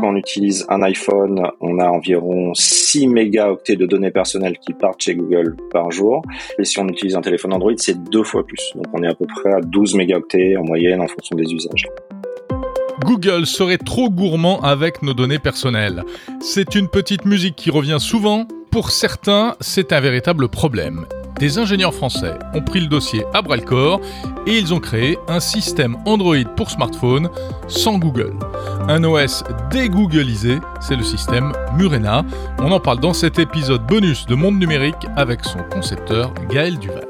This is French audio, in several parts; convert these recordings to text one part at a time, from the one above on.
Quand on utilise un iPhone, on a environ 6 mégaoctets de données personnelles qui partent chez Google par jour. Et si on utilise un téléphone Android, c'est 2 fois plus. Donc on est à peu près à 12 mégaoctets en moyenne en fonction des usages. Google serait trop gourmand avec nos données personnelles. C'est une petite musique qui revient souvent. Pour certains, c'est un véritable problème. Des ingénieurs français ont pris le dossier à bras-le-corps et ils ont créé un système Android pour smartphone sans Google. Un OS dégooglisé, c'est le système Murena. On en parle dans cet épisode bonus de Monde Numérique avec son concepteur Gaël Duval.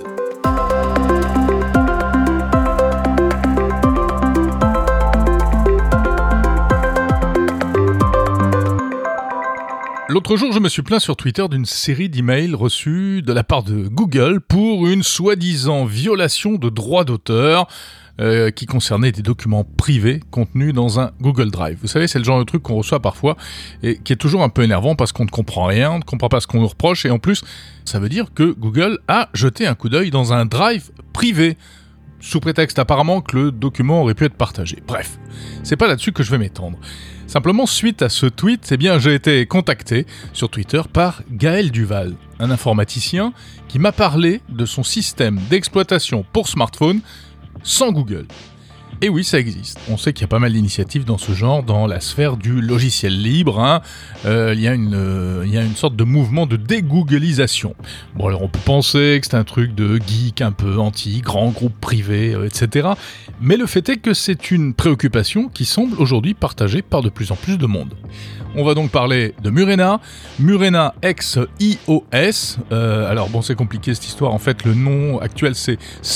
L'autre jour, je me suis plaint sur Twitter d'une série d'emails reçus de la part de Google pour une soi-disant violation de droits d'auteur qui concernait des documents privés contenus dans un Google Drive. Vous savez, c'est le genre de truc qu'on reçoit parfois et qui est toujours un peu énervant parce qu'on ne comprend rien, on ne comprend pas ce qu'on nous reproche et en plus, ça veut dire que Google a jeté un coup d'œil dans un Drive privé sous prétexte apparemment que le document aurait pu être partagé. Bref, c'est pas là-dessus que je vais m'étendre. Simplement, suite à ce tweet, j'ai été contacté sur Twitter par Gaël Duval, un informaticien qui m'a parlé de son système d'exploitation pour smartphone sans Google. Et oui, ça existe. On sait qu'il y a pas mal d'initiatives dans ce genre, dans la sphère du logiciel libre. Il y a une sorte de mouvement de dégooglisation. Bon, alors on peut penser que c'est un truc de geek un peu anti, grand groupe privé, etc. Mais le fait est que c'est une préoccupation qui semble aujourd'hui partagée par de plus en plus de monde. On va donc parler de Murena ex-iOS. Alors bon, c'est compliqué cette histoire. En fait, le nom actuel c'est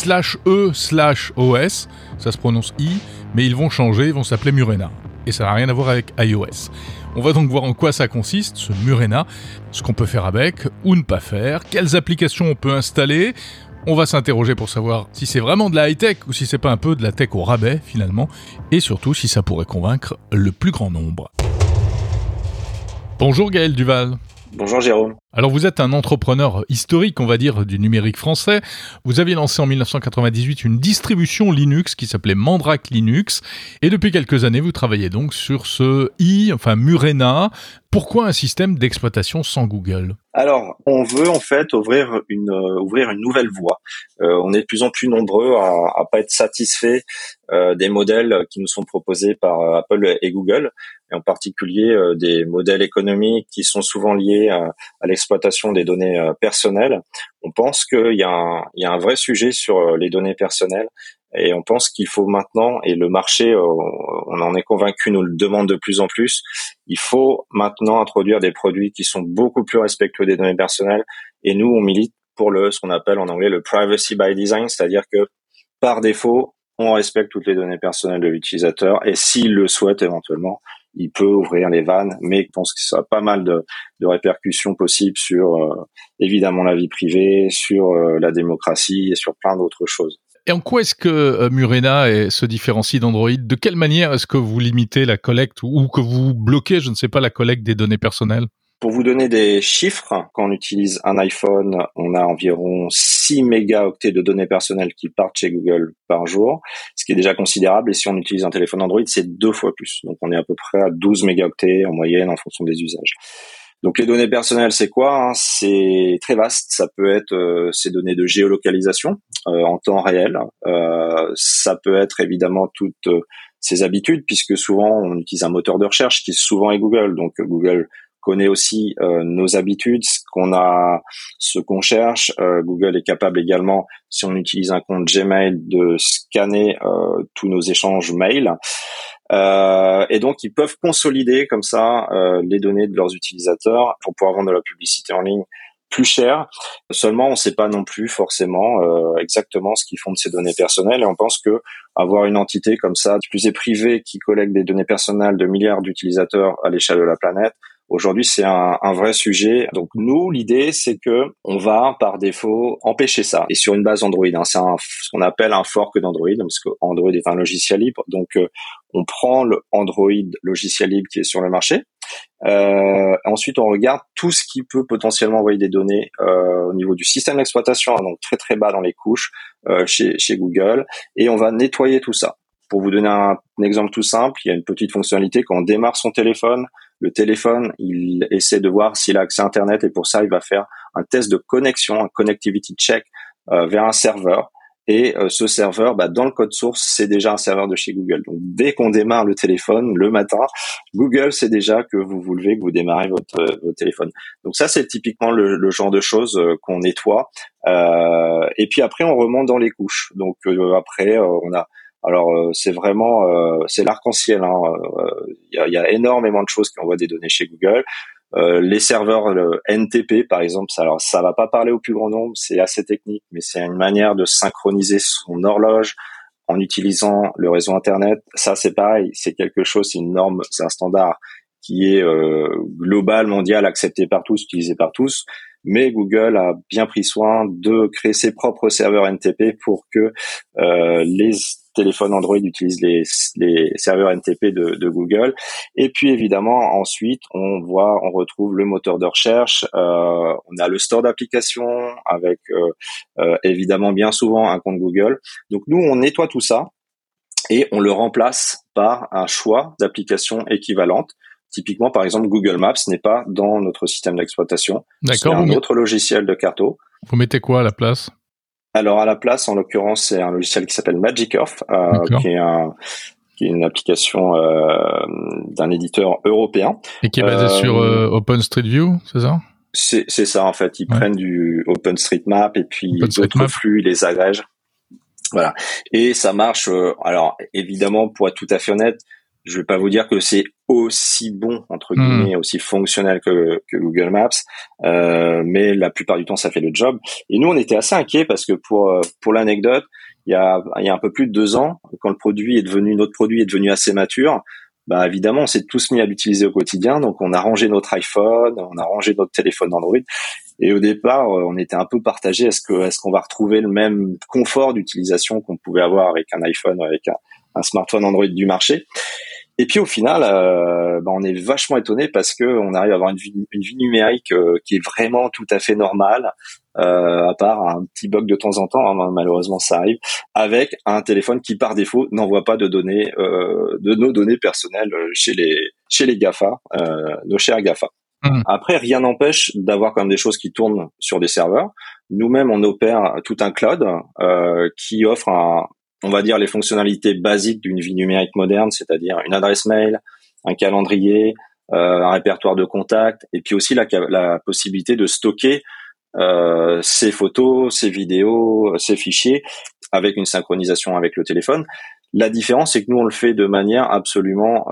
/e/OS. Ça se prononce i, mais ils vont changer, ils vont s'appeler Murena. Et ça n'a rien à voir avec iOS. On va donc voir en quoi ça consiste, ce Murena, ce qu'on peut faire avec ou ne pas faire, quelles applications on peut installer. On va s'interroger pour savoir si c'est vraiment de la high-tech ou si c'est pas un peu de la tech au rabais finalement, et surtout si ça pourrait convaincre le plus grand nombre. Bonjour Gaël Duval. Bonjour Jérôme. Alors vous êtes un entrepreneur historique, on va dire, du numérique français. Vous aviez lancé en 1998 une distribution Linux qui s'appelait Mandrake Linux. Et depuis quelques années, vous travaillez donc sur ce Murena. Pourquoi un système d'exploitation sans Google ? Alors, on veut en fait ouvrir une nouvelle voie. On est de plus en plus nombreux à pas être satisfaits des modèles qui nous sont proposés par Apple et Google, et en particulier des modèles économiques qui sont souvent liés à l'exploitation des données personnelles. On pense qu'il y a un vrai sujet sur les données personnelles. Et on pense qu'il faut maintenant, et le marché, on en est convaincu, nous le demande de plus en plus, il faut maintenant introduire des produits qui sont beaucoup plus respectueux des données personnelles. Et nous, on milite pour ce qu'on appelle en anglais le privacy by design, c'est-à-dire que par défaut, on respecte toutes les données personnelles de l'utilisateur. Et s'il le souhaite éventuellement, il peut ouvrir les vannes, mais je pense que ça a pas mal de répercussions possibles sur évidemment la vie privée, sur la démocratie et sur plein d'autres choses. Et en quoi est-ce que Murena se différencie d'Android ? De quelle manière est-ce que vous limitez la collecte ou que vous bloquez, je ne sais pas, la collecte des données personnelles ? Pour vous donner des chiffres, quand on utilise un iPhone, on a environ 6 mégaoctets de données personnelles qui partent chez Google par jour, ce qui est déjà considérable. Et si on utilise un téléphone Android, c'est 2 fois plus. Donc on est à peu près à 12 mégaoctets en moyenne en fonction des usages. Donc les données personnelles, c'est quoi ? C'est très vaste. Ça peut être ces données de géolocalisation en temps réel. Ça peut être évidemment toutes ces habitudes, puisque souvent on utilise un moteur de recherche qui souvent est Google. Donc Google connaît aussi nos habitudes, ce qu'on cherche. Google est capable également, si on utilise un compte Gmail, de scanner tous nos échanges mail. Et donc ils peuvent consolider comme ça les données de leurs utilisateurs pour pouvoir vendre de la publicité en ligne plus cher. Seulement, on ne sait pas non plus forcément exactement ce qu'ils font de ces données personnelles, et on pense que avoir une entité comme ça, plus est privée, qui collecte des données personnelles de milliards d'utilisateurs à l'échelle de la planète, aujourd'hui, c'est un vrai sujet. Donc nous, l'idée, c'est que on va par défaut empêcher ça. Et sur une base Android, c'est ce qu'on appelle un fork d'Android, parce que Android est un logiciel libre. Donc on prend le Android logiciel libre qui est sur le marché. Ensuite, on regarde tout ce qui peut potentiellement envoyer des données au niveau du système d'exploitation, donc très très bas dans les couches chez Google, et on va nettoyer tout ça. pour vous donner un exemple tout simple, il y a une petite fonctionnalité quand on démarre son téléphone. Le téléphone, il essaie de voir s'il a accès à Internet et pour ça, il va faire un test de connexion, un connectivity check vers un serveur. Et ce serveur, dans le code source, c'est déjà un serveur de chez Google. Donc, dès qu'on démarre le téléphone le matin, Google sait déjà que vous levez, que vous démarrez votre téléphone. Donc ça, c'est typiquement le genre de choses qu'on nettoie. Et puis après, on remonte dans les couches. Donc après, on a... Alors c'est vraiment c'est l'arc-en-ciel. Il y a énormément de choses qui envoient des données chez Google. Les serveurs NTP par exemple, ça va pas parler au plus grand nombre, c'est assez technique, mais c'est une manière de synchroniser son horloge en utilisant le réseau Internet. Ça c'est pareil, c'est quelque chose, c'est une norme, c'est un standard qui est global, mondial, accepté par tous, utilisé par tous. Mais Google a bien pris soin de créer ses propres serveurs NTP pour que les téléphones Android utilisent les serveurs NTP de Google. Et puis évidemment, ensuite, on retrouve le moteur de recherche. On a le store d'applications avec évidemment bien souvent un compte Google. Donc nous, on nettoie tout ça et on le remplace par un choix d'applications équivalentes. Typiquement, par exemple, Google Maps n'est pas dans notre système d'exploitation. C'est un autre logiciel de carto. Vous mettez quoi à la place ? Alors, à la place, en l'occurrence, c'est un logiciel qui s'appelle Magic Earth, qui est une application d'un éditeur européen. Et qui est basé sur OpenStreetView, c'est ça ? C'est ça, en fait. Ils prennent du OpenStreetMap et puis d'autres flux, ils les agrègent. Voilà. Et ça marche, alors, évidemment, pour être tout à fait honnête, je vais pas vous dire que c'est aussi bon, entre guillemets, aussi fonctionnel que Google Maps, mais la plupart du temps, ça fait le job. Et nous, on était assez inquiets parce que pour l'anecdote, il y a un peu plus de 2 ans, quand notre produit est devenu assez mature, évidemment, on s'est tous mis à l'utiliser au quotidien. Donc, on a rangé notre iPhone, on a rangé notre téléphone Android. Et au départ, on était un peu partagé. Est-ce qu'on va retrouver le même confort d'utilisation qu'on pouvait avoir avec un iPhone, avec un smartphone Android du marché? Et puis au final, on est vachement étonné parce que on arrive à avoir une vie numérique qui est vraiment tout à fait normale, à part un petit bug de temps en temps, malheureusement ça arrive, avec un téléphone qui par défaut n'envoie pas de données, de nos données personnelles chez les GAFA, nos chers GAFA. Après, rien n'empêche d'avoir quand même des choses qui tournent sur des serveurs. Nous-mêmes, on opère tout un cloud qui offre on va dire les fonctionnalités basiques d'une vie numérique moderne, c'est-à-dire une adresse mail, un calendrier, un répertoire de contacts, et puis aussi la possibilité de stocker ses photos, ses vidéos, ses fichiers avec une synchronisation avec le téléphone. La différence, c'est que nous, on le fait de manière absolument,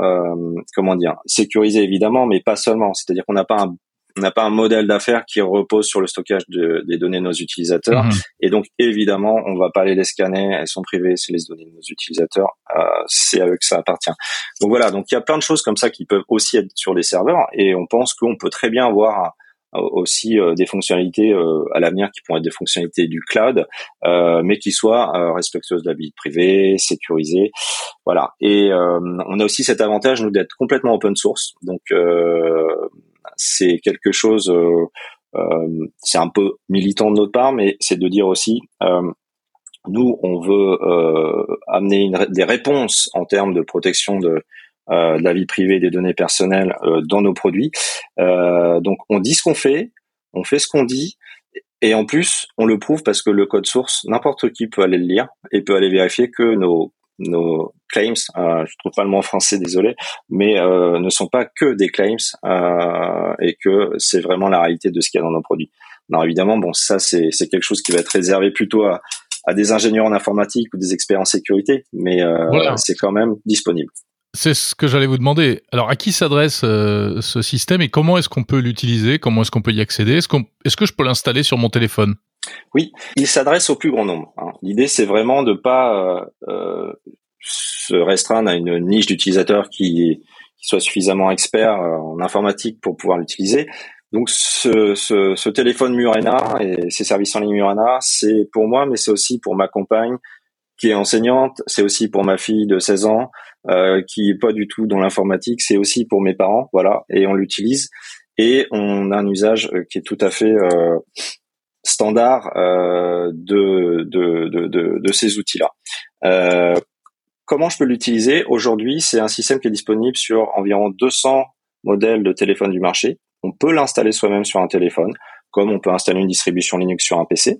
sécurisée évidemment, mais pas seulement. C'est-à-dire qu'on n'a pas un modèle d'affaires qui repose sur le stockage des données de nos utilisateurs. Et donc, évidemment, on va pas aller les scanner. Elles sont privées, c'est les données de nos utilisateurs. C'est à eux que ça appartient. Donc voilà. Donc, il y a plein de choses comme ça qui peuvent aussi être sur les serveurs. Et on pense qu'on peut très bien avoir aussi des fonctionnalités à l'avenir qui pourront être des fonctionnalités du cloud, mais qui soient respectueuses de la vie privée, sécurisées. Voilà. Et on a aussi cet avantage, nous, d'être complètement open source. Donc, c'est quelque chose, c'est un peu militant de notre part, mais c'est de dire aussi, nous, on veut amener des réponses en termes de protection de la vie privée, des données personnelles dans nos produits. Donc, on dit ce qu'on fait, on fait ce qu'on dit, et en plus, on le prouve parce que le code source, n'importe qui peut aller le lire et peut aller vérifier que nos claims, je trouve pas le mot en français, désolé, mais ne sont pas que des claims et que c'est vraiment la réalité de ce qu'il y a dans nos produits. Alors évidemment, ça c'est quelque chose qui va être réservé plutôt à des ingénieurs en informatique ou des experts en sécurité, mais c'est quand même disponible. C'est ce que j'allais vous demander. Alors, à qui s'adresse ce système et comment est-ce qu'on peut l'utiliser? Comment est-ce qu'on peut y accéder? Est-ce que je peux l'installer sur mon téléphone? Oui, il s'adresse au plus grand nombre. L'idée, c'est vraiment de pas se restreindre à une niche d'utilisateurs qui soit suffisamment expert en informatique pour pouvoir l'utiliser. Donc, ce téléphone Murena et ces services en ligne Murena, c'est pour moi, mais c'est aussi pour ma compagne qui est enseignante, c'est aussi pour ma fille de 16 ans qui est pas du tout dans l'informatique, c'est aussi pour mes parents, voilà, et on l'utilise et on a un usage qui est tout à fait standard de ces outils-là. comment je peux l'utiliser? Aujourd'hui, c'est un système qui est disponible sur environ 200 modèles de téléphones du marché. On peut l'installer soi-même sur un téléphone, comme on peut installer une distribution Linux sur un PC.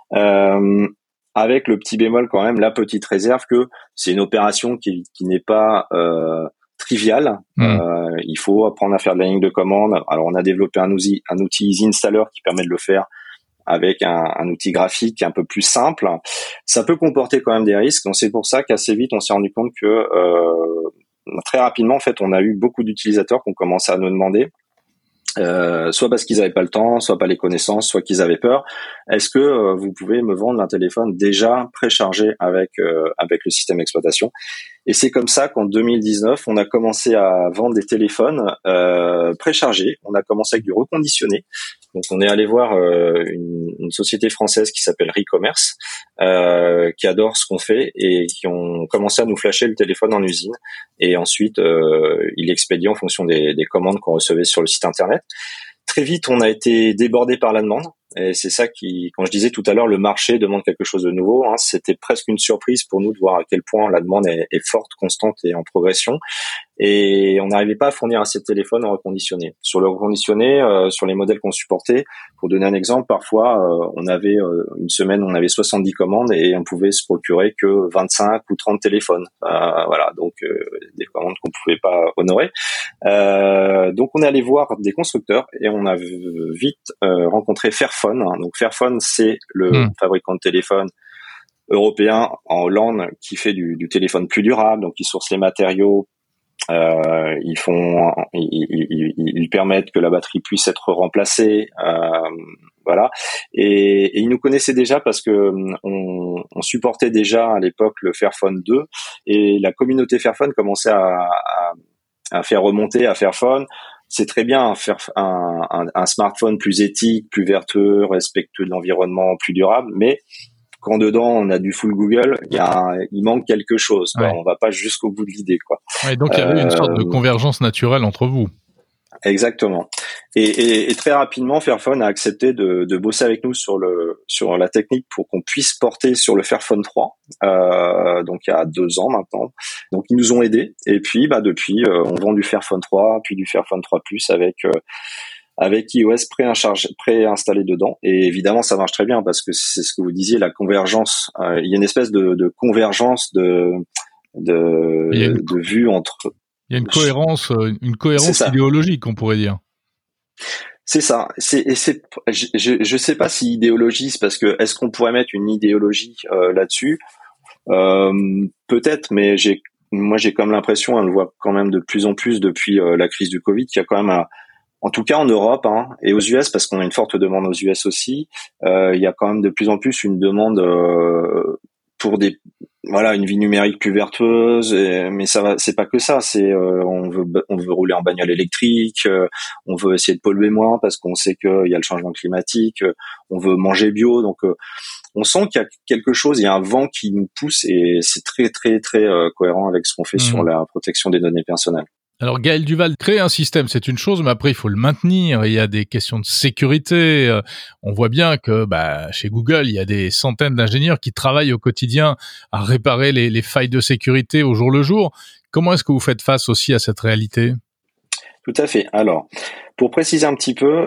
Avec le petit bémol quand même, la petite réserve que c'est une opération qui n'est pas triviale. Il faut apprendre à faire de la ligne de commande. Alors on a développé un outil Easy Installer qui permet de le faire avec un outil graphique un peu plus simple. Ça peut comporter quand même des risques. Donc c'est pour ça qu'assez vite on s'est rendu compte que très rapidement en fait on a eu beaucoup d'utilisateurs qui ont commencé à nous demander soit parce qu'ils n'avaient pas le temps, soit pas les connaissances, soit qu'ils avaient peur. Est-ce que vous pouvez me vendre un téléphone déjà préchargé avec le système d'exploitation? Et c'est comme ça qu'en 2019, on a commencé à vendre des téléphones préchargés. On a commencé avec du reconditionné. Donc on est allé voir une société française qui s'appelle Recommerce, qui adore ce qu'on fait et qui ont commencé à nous flasher le téléphone en usine. Et ensuite, il expédie en fonction des commandes qu'on recevait sur le site internet. Très vite, on a été débordé par la demande. Et c'est ça qui, quand je disais tout à l'heure, le marché demande quelque chose de nouveau, hein, c'était presque une surprise pour nous de voir à quel point la demande est forte, constante et en progression. Et on n'arrivait pas à fournir assez de téléphones en reconditionné. Sur le reconditionné, sur les modèles qu'on supportait, pour donner un exemple, parfois on avait une semaine, on avait 70 commandes et on pouvait se procurer que 25 ou 30 téléphones. Voilà, donc des commandes qu'on pouvait pas honorer. Donc on est allé voir des constructeurs et on a vite rencontré Fairphone. Donc Fairphone, c'est le fabricant de téléphone européen en Hollande qui fait du téléphone plus durable, donc ils sourcent les matériaux. Ils permettent que la batterie puisse être remplacée, voilà. Et ils nous connaissaient déjà parce que on supportait déjà à l'époque le Fairphone 2 et la communauté Fairphone commençait à faire remonter à Fairphone. C'est très bien faire un smartphone plus éthique, plus vertueux, respectueux de l'environnement, plus durable, mais quand dedans on a du full Google, il manque quelque chose. Quoi. Ouais. On va pas jusqu'au bout de l'idée, quoi. Ouais, donc il y avait une sorte de convergence naturelle entre vous. Exactement. Et très rapidement, Fairphone a accepté de bosser avec nous sur la technique pour qu'on puisse porter sur le Fairphone 3. Donc il y a 2 ans maintenant. Donc ils nous ont aidés. Et puis depuis, on vend du Fairphone 3, puis du Fairphone 3 Plus avec iOS préinstallé dedans. Et évidemment, ça marche très bien parce que c'est ce que vous disiez, la convergence. Il y a une espèce de convergence de vue entre. Il y a une cohérence idéologique, on pourrait dire. C'est ça. Je sais pas si idéologie, parce que est-ce qu'on pourrait mettre une idéologie là-dessus? Peut-être, mais moi j'ai comme l'impression, on le voit quand même de plus en plus depuis la crise du Covid, qu'il y a quand même en tout cas en Europe et aux US, parce qu'on a une forte demande aux US aussi, il y a quand même de plus en plus une demande pour une vie numérique plus vertueuse, mais c'est pas que ça, on veut rouler en bagnole électrique, on veut essayer de polluer moins parce qu'on sait qu'il y a le changement climatique, on veut manger bio, donc on sent qu'il y a quelque chose, il y a un vent qui nous pousse et c'est très très très cohérent avec ce qu'on fait sur la protection des données personnelles. Alors Gaël Duval, créer un système, c'est une chose, mais après il faut le maintenir. Il y a des questions de sécurité. On voit bien que chez Google, il y a des centaines d'ingénieurs qui travaillent au quotidien à réparer les failles de sécurité au jour le jour. Comment est-ce que vous faites face aussi à cette réalité ? Tout à fait. Alors, pour préciser un petit peu,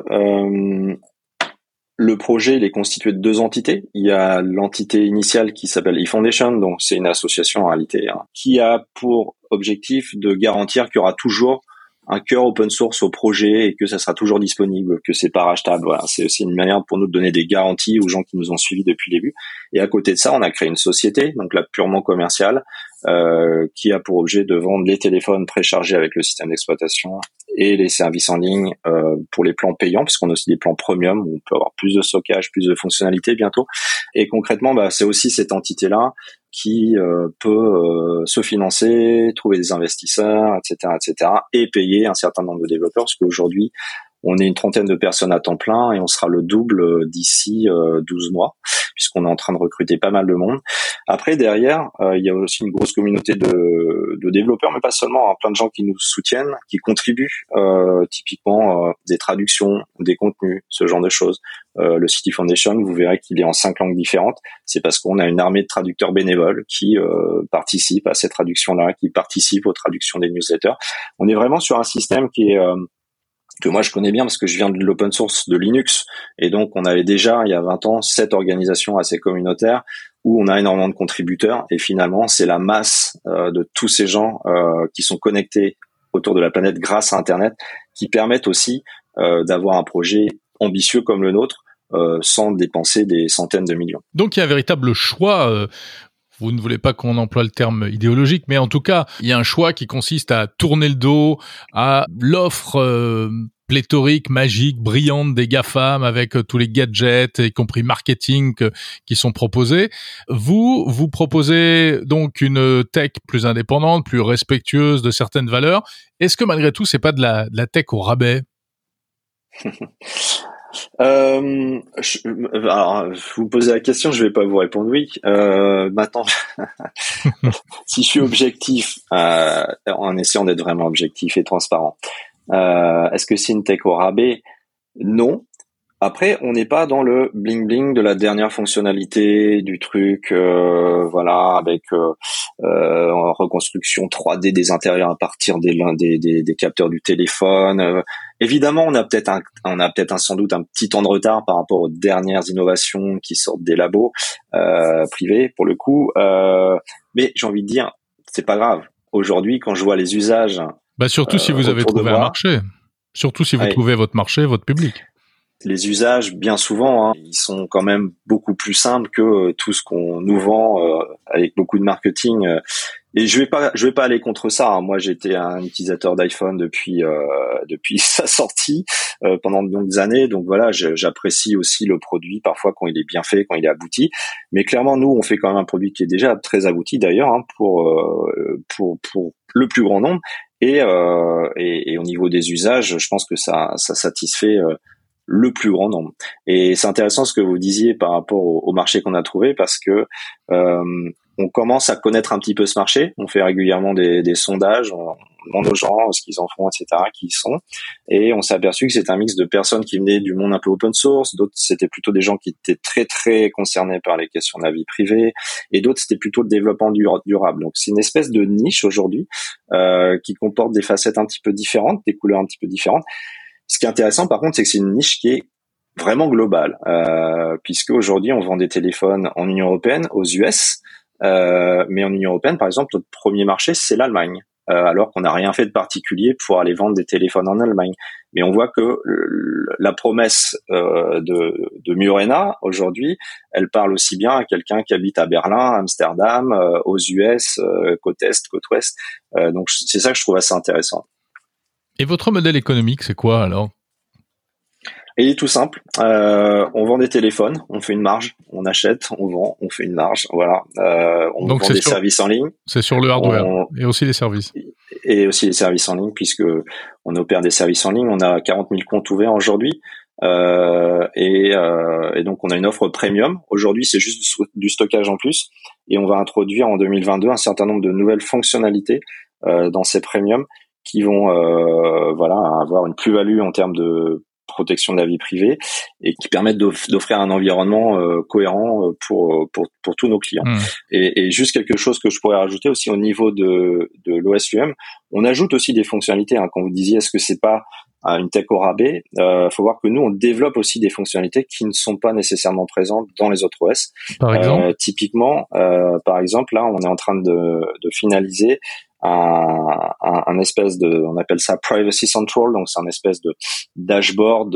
le projet il est constitué de 2 entités. Il y a l'entité initiale qui s'appelle eFoundation, donc c'est une association en réalité, qui a pour objectif de garantir qu'il y aura toujours un cœur open source au projet et que ça sera toujours disponible, que c'est pas rachetable. Voilà, c'est aussi une manière pour nous de donner des garanties aux gens qui nous ont suivis depuis le début. Et à côté de ça, on a créé une société, donc là purement commerciale, qui a pour objet de vendre les téléphones préchargés avec le système d'exploitation et les services en ligne pour les plans payants, puisqu'on a aussi des plans premium où on peut avoir plus de stockage, plus de fonctionnalités bientôt. Et concrètement, c'est aussi cette entité-là qui peut se financer, trouver des investisseurs, etc., et payer un certain nombre de développeurs, parce qu'aujourd'hui, On est une trentaine de personnes à temps plein et on sera le double d'ici 12 mois, puisqu'on est en train de recruter pas mal de monde. Après, derrière, il y a aussi une grosse communauté de développeurs, mais pas seulement, hein, plein de gens qui nous soutiennent, qui contribuent, typiquement des traductions, des contenus, ce genre de choses. Le City Foundation, vous verrez qu'il est en 5 langues différentes. C'est parce qu'on a une armée de traducteurs bénévoles qui participent à ces traductions-là, qui participent aux traductions des newsletters. On est vraiment sur un système qui est que moi je connais bien parce que je viens de l'open source de Linux, et donc on avait déjà il y a 20 ans cette organisation assez communautaire où on a énormément de contributeurs, et finalement c'est la masse de tous ces gens qui sont connectés autour de la planète grâce à Internet qui permettent aussi d'avoir un projet ambitieux comme le nôtre sans dépenser des centaines de millions. Donc il y a un véritable choix. Vous ne voulez pas qu'on emploie le terme idéologique, mais en tout cas, il y a un choix qui consiste à tourner le dos à l'offre pléthorique, magique, brillante des GAFAM avec tous les gadgets, y compris marketing, qui sont proposés. Vous proposez donc une tech plus indépendante, plus respectueuse de certaines valeurs. Est-ce que malgré tout, c'est pas de la tech au rabais? Alors, vous me posez la question, je vais pas vous répondre oui. Maintenant, si je suis objectif, en essayant d'être vraiment objectif et transparent, est-ce que c'est une tech au rabais? Non. Après, on n'est pas dans le bling bling de la dernière fonctionnalité du truc, voilà, avec reconstruction 3D des intérieurs à partir des capteurs du téléphone. Évidemment, on a peut-être sans doute un petit temps de retard par rapport aux dernières innovations qui sortent des labos privés pour le coup. Mais j'ai envie de dire, c'est pas grave. Aujourd'hui, quand je vois les usages, surtout si vous avez trouvé un marché, surtout si vous trouvez votre marché, votre public. Les usages, bien souvent, ils sont quand même beaucoup plus simples que tout ce qu'on nous vend avec beaucoup de marketing. Et je vais pas aller contre ça. Hein. Moi, j'étais un utilisateur d'iPhone depuis sa sortie pendant de longues années. Donc voilà, j'apprécie aussi le produit parfois quand il est bien fait, quand il est abouti. Mais clairement, nous, on fait quand même un produit qui est déjà très abouti d'ailleurs pour le plus grand nombre. Et au niveau des usages, je pense que ça satisfait le plus grand nombre. Et c'est intéressant ce que vous disiez par rapport au marché qu'on a trouvé, parce que on commence à connaître un petit peu ce marché. On fait régulièrement des sondages, on demande aux gens ce qu'ils en font, etc., qui y sont. Et on s'est aperçu que c'était un mix de personnes qui venaient du monde un peu open source, d'autres c'était plutôt des gens qui étaient très très concernés par les questions de la vie privée, et d'autres c'était plutôt le développement durable. Donc c'est une espèce de niche aujourd'hui qui comporte des facettes un petit peu différentes, des couleurs un petit peu différentes. Ce qui est intéressant, par contre, c'est que c'est une niche qui est vraiment globale, puisque aujourd'hui, on vend des téléphones en Union européenne, aux US, mais en Union européenne, par exemple, notre premier marché, c'est l'Allemagne, alors qu'on n'a rien fait de particulier pour aller vendre des téléphones en Allemagne. Mais on voit que la promesse de Murena, aujourd'hui, elle parle aussi bien à quelqu'un qui habite à Berlin, Amsterdam, aux US, côte Est, côte Ouest. Donc, c'est ça que je trouve assez intéressant. Et votre modèle économique, c'est quoi alors? Il est tout simple. On vend des téléphones, on fait une marge, on achète, on vend, on fait une marge. Voilà. On Donc vend des services en ligne. C'est sur le hardware et aussi les services. Et aussi les services en ligne, puisque on opère des services en ligne. On a 40 000 comptes ouverts aujourd'hui. Et donc on a une offre premium. Aujourd'hui, c'est juste du stockage en plus. Et on va introduire en 2022 un certain nombre de nouvelles fonctionnalités dans ces premiums qui vont avoir une plus-value en termes de protection de la vie privée et qui permettent d'offrir un environnement cohérent pour tous nos clients. Et juste quelque chose que je pourrais rajouter aussi au niveau de l'OSUM, on ajoute aussi des fonctionnalités. Quand vous disiez est-ce que c'est pas une tech au rabais, faut voir que nous on développe aussi des fonctionnalités qui ne sont pas nécessairement présentes dans les autres OS. Par exemple, typiquement, par exemple, là on est en train de finaliser un espèce on appelle ça Privacy Central, donc c'est un espèce de dashboard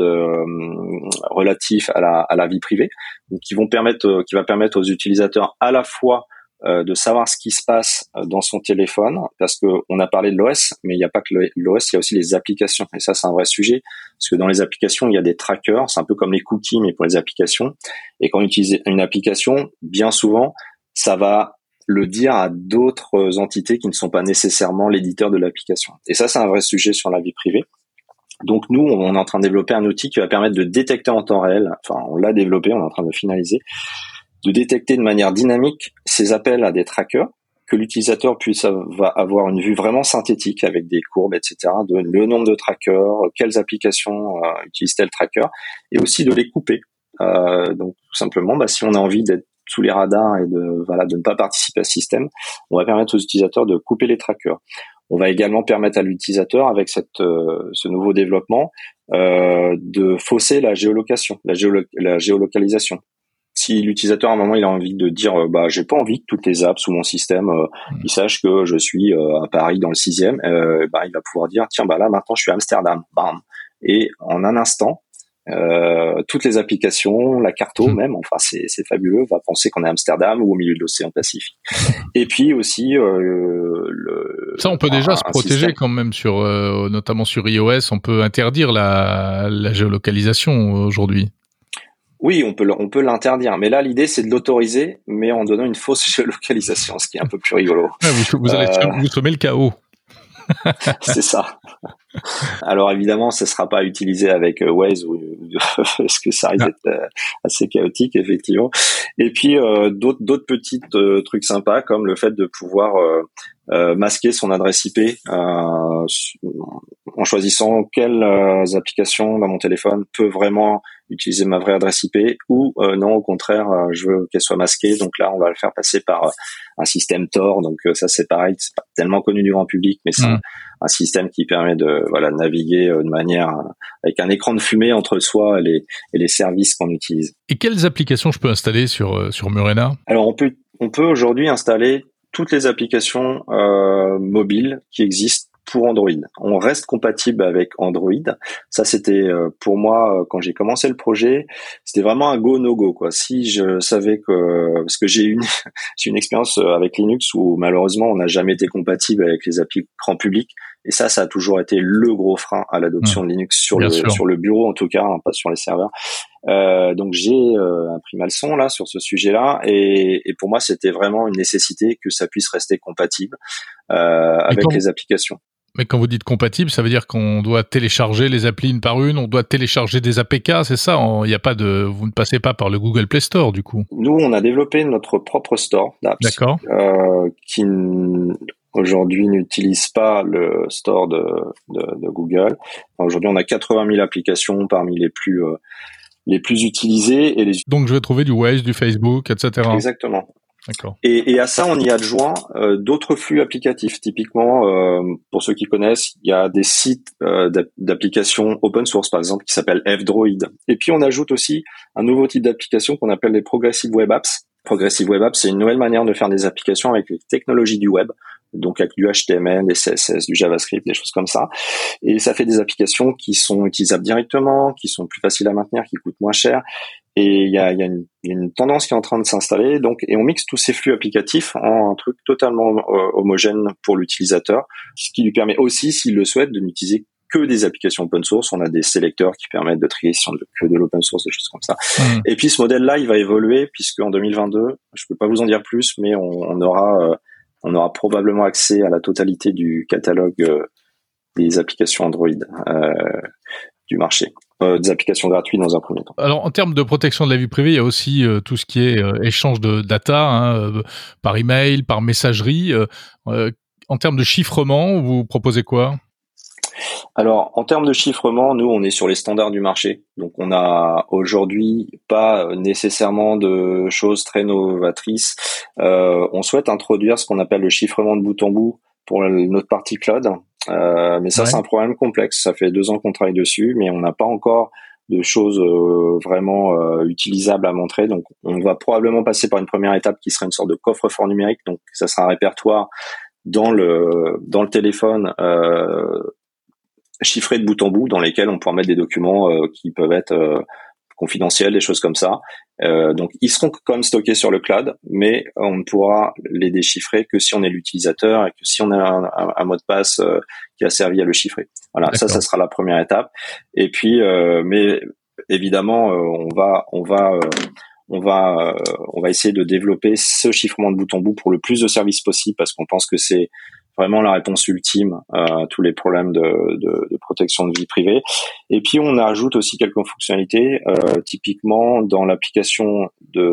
relatif à la vie privée, donc qui va permettre aux utilisateurs à la fois de savoir ce qui se passe dans son téléphone, parce que on a parlé de l'OS, mais il n'y a pas que l'OS, il y a aussi les applications, et ça c'est un vrai sujet, parce que dans les applications il y a des trackers, c'est un peu comme les cookies mais pour les applications, et quand on utilise une application, bien souvent ça va le dire à d'autres entités qui ne sont pas nécessairement l'éditeur de l'application. Et ça, c'est un vrai sujet sur la vie privée. Donc nous, on est en train de développer un outil qui va permettre de détecter en temps réel, enfin on l'a développé, on est en train de le finaliser, de détecter de manière dynamique ces appels à des trackers, que l'utilisateur puisse avoir une vue vraiment synthétique avec des courbes, etc., de le nombre de trackers, quelles applications utilisent tel tracker, et aussi de les couper. Donc tout simplement, si on a envie d'être sous les radars et de ne pas participer à ce système, on va permettre aux utilisateurs de couper les trackers. On va également permettre à l'utilisateur, avec ce nouveau développement, de fausser la géolocation, la géolocalisation. Si l'utilisateur à un moment il a envie de dire j'ai pas envie que toutes les apps sous mon système ils sachent que je suis à Paris dans le 6e, il va pouvoir dire tiens là maintenant je suis à Amsterdam, bam, et en un instant toutes les applications, la carto même, enfin c'est fabuleux, va penser qu'on est à Amsterdam ou au milieu de l'océan Pacifique. Et puis aussi ça on peut déjà se protéger système. quand même sur notamment sur iOS, on peut interdire la géolocalisation aujourd'hui. Oui, on peut l'interdire, mais là l'idée c'est de l'autoriser, mais en donnant une fausse géolocalisation, ce qui est un peu plus rigolo. Vous allez vous semer le chaos. C'est ça. Alors évidemment, ce sera pas utilisé avec Waze parce que ça risque d'être assez chaotique effectivement. Et puis d'autres petits trucs sympas comme le fait de pouvoir masquer son adresse IP en choisissant quelles applications dans mon téléphone peut vraiment utiliser ma vraie adresse IP ou non, au contraire, je veux qu'elle soit masquée. Donc là, on va le faire passer par un système Tor. Donc ça, c'est pareil, c'est pas tellement connu du grand public, mais c'est un système qui permet de naviguer de manière avec un écran de fumée entre soi et les services qu'on utilise. Et quelles applications je peux installer sur Murena ? Alors on peut aujourd'hui installer toutes les applications mobiles qui existent pour Android. On reste compatible avec Android. Ça, c'était pour moi quand j'ai commencé le projet, c'était vraiment un go no go quoi. Si je savais parce que j'ai une expérience avec Linux où malheureusement on n'a jamais été compatible avec les applis grand public. Et ça a toujours été le gros frein à l'adoption de Linux sur le bureau en tout cas, hein, pas sur les serveurs. Donc j'ai appris ma leçon là sur ce sujet-là et pour moi c'était vraiment une nécessité que ça puisse rester compatible avec les applications. Mais quand vous dites compatible, ça veut dire qu'on doit télécharger les applis une par une, on doit télécharger des APK, c'est ça ? Vous ne passez pas par le Google Play Store du coup ? Nous, on a développé notre propre store d'apps. D'accord. Qui aujourd'hui n'utilise pas le store de Google. Aujourd'hui, on a 80 000 applications parmi les plus utilisées Donc je vais trouver du Waze, du Facebook, etc. Exactement. D'accord. Et à ça, on y adjoint d'autres flux applicatifs. Typiquement, pour ceux qui connaissent, il y a des sites d'applications open source, par exemple, qui s'appellent F-Droid. Et puis, on ajoute aussi un nouveau type d'application qu'on appelle les Progressive Web Apps. Progressive Web Apps, c'est une nouvelle manière de faire des applications avec les technologies du web, donc avec du HTML, des CSS, du JavaScript, des choses comme ça. Et ça fait des applications qui sont utilisables directement, qui sont plus faciles à maintenir, qui coûtent moins cher. Et il y a une tendance qui est en train de s'installer, et on mixe tous ces flux applicatifs en un truc totalement homogène pour l'utilisateur, ce qui lui permet aussi, s'il le souhaite, de n'utiliser que des applications open source. On a des sélecteurs qui permettent de trier si on veut que de l'open source, des choses comme ça. Et puis ce modèle-là, il va évoluer puisque en 2022, je peux pas vous en dire plus, mais on aura probablement accès à la totalité du catalogue des applications Android du marché. Des applications gratuites dans un premier temps. Alors, en termes de protection de la vie privée, il y a aussi tout ce qui est échange de data, par email, par messagerie. En termes de chiffrement, vous proposez quoi ? Alors, en termes de chiffrement, nous, on est sur les standards du marché. Donc, on n'a aujourd'hui pas nécessairement de choses très novatrices. On souhaite introduire ce qu'on appelle le chiffrement de bout en bout pour notre partie cloud. Mais ça, c'est un problème complexe. Ça fait 2 ans qu'on travaille dessus, mais on n'a pas encore de choses vraiment utilisables à montrer. Donc, on va probablement passer par une première étape qui serait une sorte de coffre-fort numérique. Donc, ça sera un répertoire dans le téléphone chiffré de bout en bout, dans lesquels on pourra mettre des documents qui peuvent être confidentiels, des choses comme ça. Donc, ils seront quand même stockés sur le cloud, mais on ne pourra les déchiffrer que si on est l'utilisateur et que si on a un mot de passe qui a servi à le chiffrer. Voilà, ça sera la première étape. Et puis, mais évidemment, on va essayer de développer ce chiffrement de bout en bout pour le plus de services possible, parce qu'on pense que c'est vraiment la réponse ultime à tous les problèmes de protection de vie privée. Et puis on ajoute aussi quelques fonctionnalités, typiquement dans l'application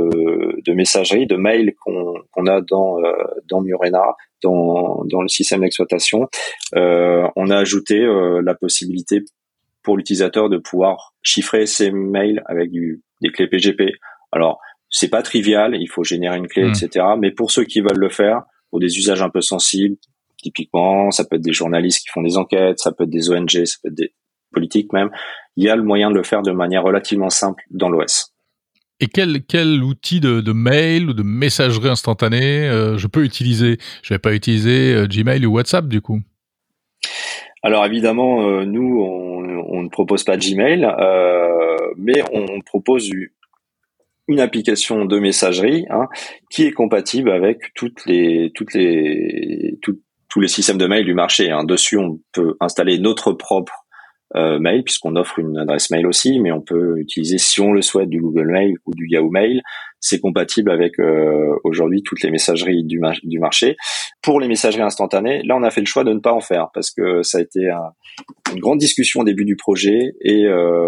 de messagerie, de mail qu'on a dans Murena, dans le système d'exploitation. On a ajouté la possibilité pour l'utilisateur de pouvoir chiffrer ses mails avec des clés PGP. Alors c'est pas trivial, il faut générer une clé, etc. Mais pour ceux qui veulent le faire, pour des usages un peu sensibles, typiquement, ça peut être des journalistes qui font des enquêtes, ça peut être des ONG, ça peut être des politiques même. Il y a le moyen de le faire de manière relativement simple dans l'OS. Et quel outil de mail ou de messagerie instantanée je peux utiliser? Je vais pas utiliser Gmail ou WhatsApp du coup. Alors évidemment, nous on ne propose pas Gmail, mais on propose une application de messagerie qui est compatible avec tous les systèmes de mail du marché. Dessus, on peut installer notre propre mail, puisqu'on offre une adresse mail aussi, mais on peut utiliser, si on le souhaite, du Google Mail ou du Yahoo Mail. C'est compatible avec aujourd'hui toutes les messageries du marché. Pour les messageries instantanées, là, on a fait le choix de ne pas en faire parce que ça a été une grande discussion au début du projet et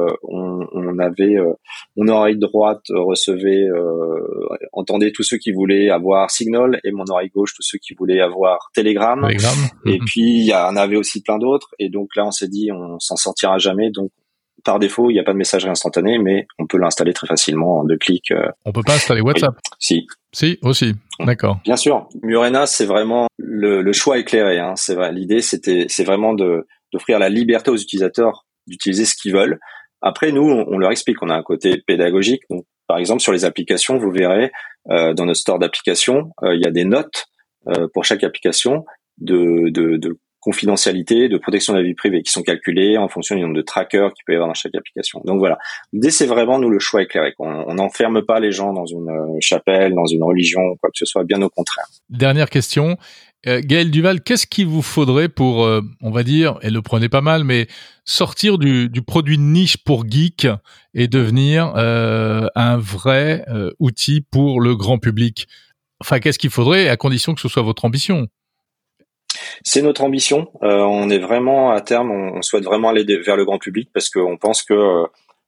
on avait mon oreille droite recevait entendait tous ceux qui voulaient avoir Signal et mon oreille gauche tous ceux qui voulaient avoir Telegram. Et puis il y en avait aussi plein d'autres et donc là on s'est dit on s'en sortira jamais, donc par défaut, il n'y a pas de messagerie instantanée, mais on peut l'installer très facilement en 2 clics. On peut pas installer WhatsApp? Oui. Si, aussi. D'accord. Bien sûr. Murena, c'est vraiment le choix éclairé. C'est vrai. L'idée, c'est vraiment d'offrir la liberté aux utilisateurs d'utiliser ce qu'ils veulent. Après, nous, on leur explique. On a un côté pédagogique. Donc, par exemple, sur les applications, vous verrez dans notre store d'applications, il y a des notes pour chaque application de confidentialité, de protection de la vie privée qui sont calculées en fonction du nombre de trackers qu'il peut y avoir dans chaque application. Donc voilà, l'idée c'est vraiment nous le choix éclairé. On n'enferme pas les gens dans une chapelle, dans une religion, quoi que ce soit, bien au contraire. Dernière question, Gaël Duval, qu'est-ce qu'il vous faudrait pour, on va dire, et le prenez pas mal, mais sortir du produit de niche pour geek et devenir un vrai outil pour le grand public? Enfin, qu'est-ce qu'il faudrait à condition que ce soit votre ambition? C'est notre ambition. On est vraiment à terme, on souhaite vraiment aller vers le grand public parce qu'on pense que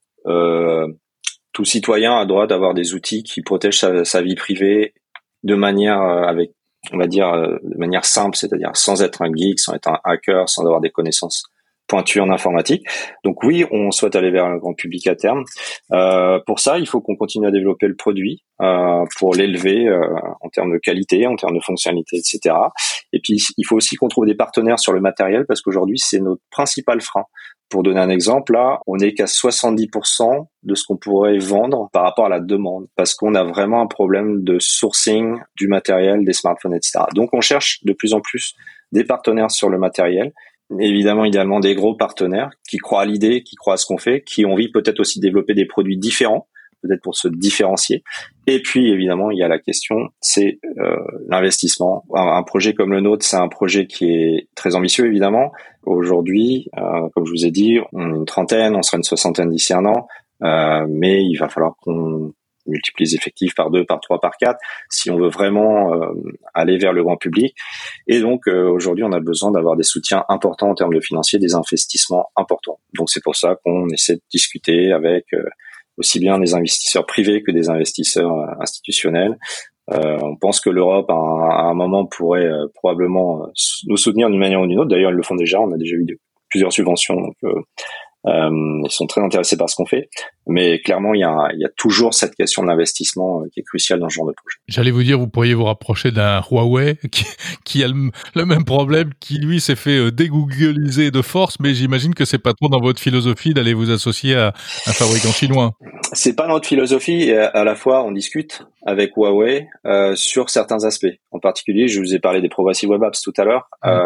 tout citoyen a droit d'avoir des outils qui protègent sa vie privée de manière de manière simple, c'est-à-dire sans être un geek, sans être un hacker, sans avoir des connaissances pointues en informatique. Donc oui, on souhaite aller vers le grand public à terme. Pour ça, il faut qu'on continue à développer le produit pour l'élever en termes de qualité, en termes de fonctionnalité, etc. Et puis, il faut aussi qu'on trouve des partenaires sur le matériel parce qu'aujourd'hui, c'est notre principal frein. Pour donner un exemple, là, on n'est qu'à 70% de ce qu'on pourrait vendre par rapport à la demande parce qu'on a vraiment un problème de sourcing du matériel, des smartphones, etc. Donc, on cherche de plus en plus des partenaires sur le matériel. Évidemment, idéalement, des gros partenaires qui croient à l'idée, qui croient à ce qu'on fait, qui ont envie peut-être aussi de développer des produits différents, peut-être pour se différencier. Et puis, évidemment, il y a la question, c'est l'investissement. Un projet comme le nôtre, c'est un projet qui est très ambitieux, évidemment. Aujourd'hui, comme je vous ai dit, on est une trentaine, on sera une soixantaine d'ici un an, mais il va falloir qu'on multiplie les effectifs par 2, par 3, par 4, si on veut vraiment aller vers le grand public. Et donc, aujourd'hui, on a besoin d'avoir des soutiens importants en termes de financiers, des investissements importants. Donc, c'est pour ça qu'on essaie de discuter avec aussi bien des investisseurs privés que des investisseurs institutionnels. On pense que l'Europe, à un moment, pourrait probablement nous soutenir d'une manière ou d'une autre. D'ailleurs, ils le font déjà. On a déjà eu plusieurs subventions. Donc, ils sont très intéressés par ce qu'on fait. Mais clairement, il y a toujours cette question de l'investissement qui est cruciale dans ce genre de projet. J'allais vous dire, vous pourriez vous rapprocher d'un Huawei qui a le même problème, qui lui s'est fait dégoogliser de force, mais j'imagine que c'est pas trop dans votre philosophie d'aller vous associer à un fabricant chinois. C'est pas notre philosophie. Et à la fois, on discute avec Huawei sur certains aspects. En particulier, je vous ai parlé des Progressive Web Apps tout à l'heure.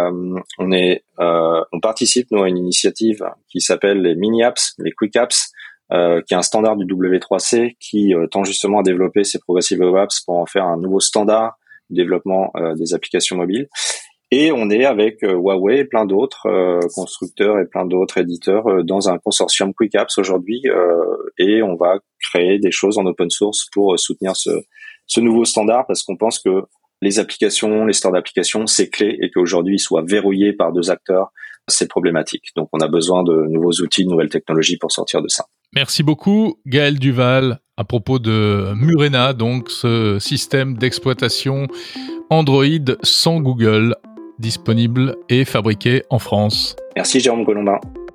On participe nous à une initiative qui s'appelle les Mini Apps, les Quick Apps, qui est un standard du W3C qui tend justement à développer ces Progressive Web Apps pour en faire un nouveau standard de développement des applications mobiles. Et on est avec Huawei et plein d'autres constructeurs et plein d'autres éditeurs dans un consortium Quick Apps aujourd'hui, et on va créer des choses en open source pour soutenir ce nouveau standard parce qu'on pense que les applications, les stores d'applications, c'est clé, et qu'aujourd'hui ils soient verrouillés par 2 acteurs, c'est problématique. Donc on a besoin de nouveaux outils, de nouvelles technologies pour sortir de ça. Merci beaucoup Gaël Duval à propos de Murena, donc ce système d'exploitation Android sans Google, disponible et fabriqué en France. Merci Jérôme Colombin.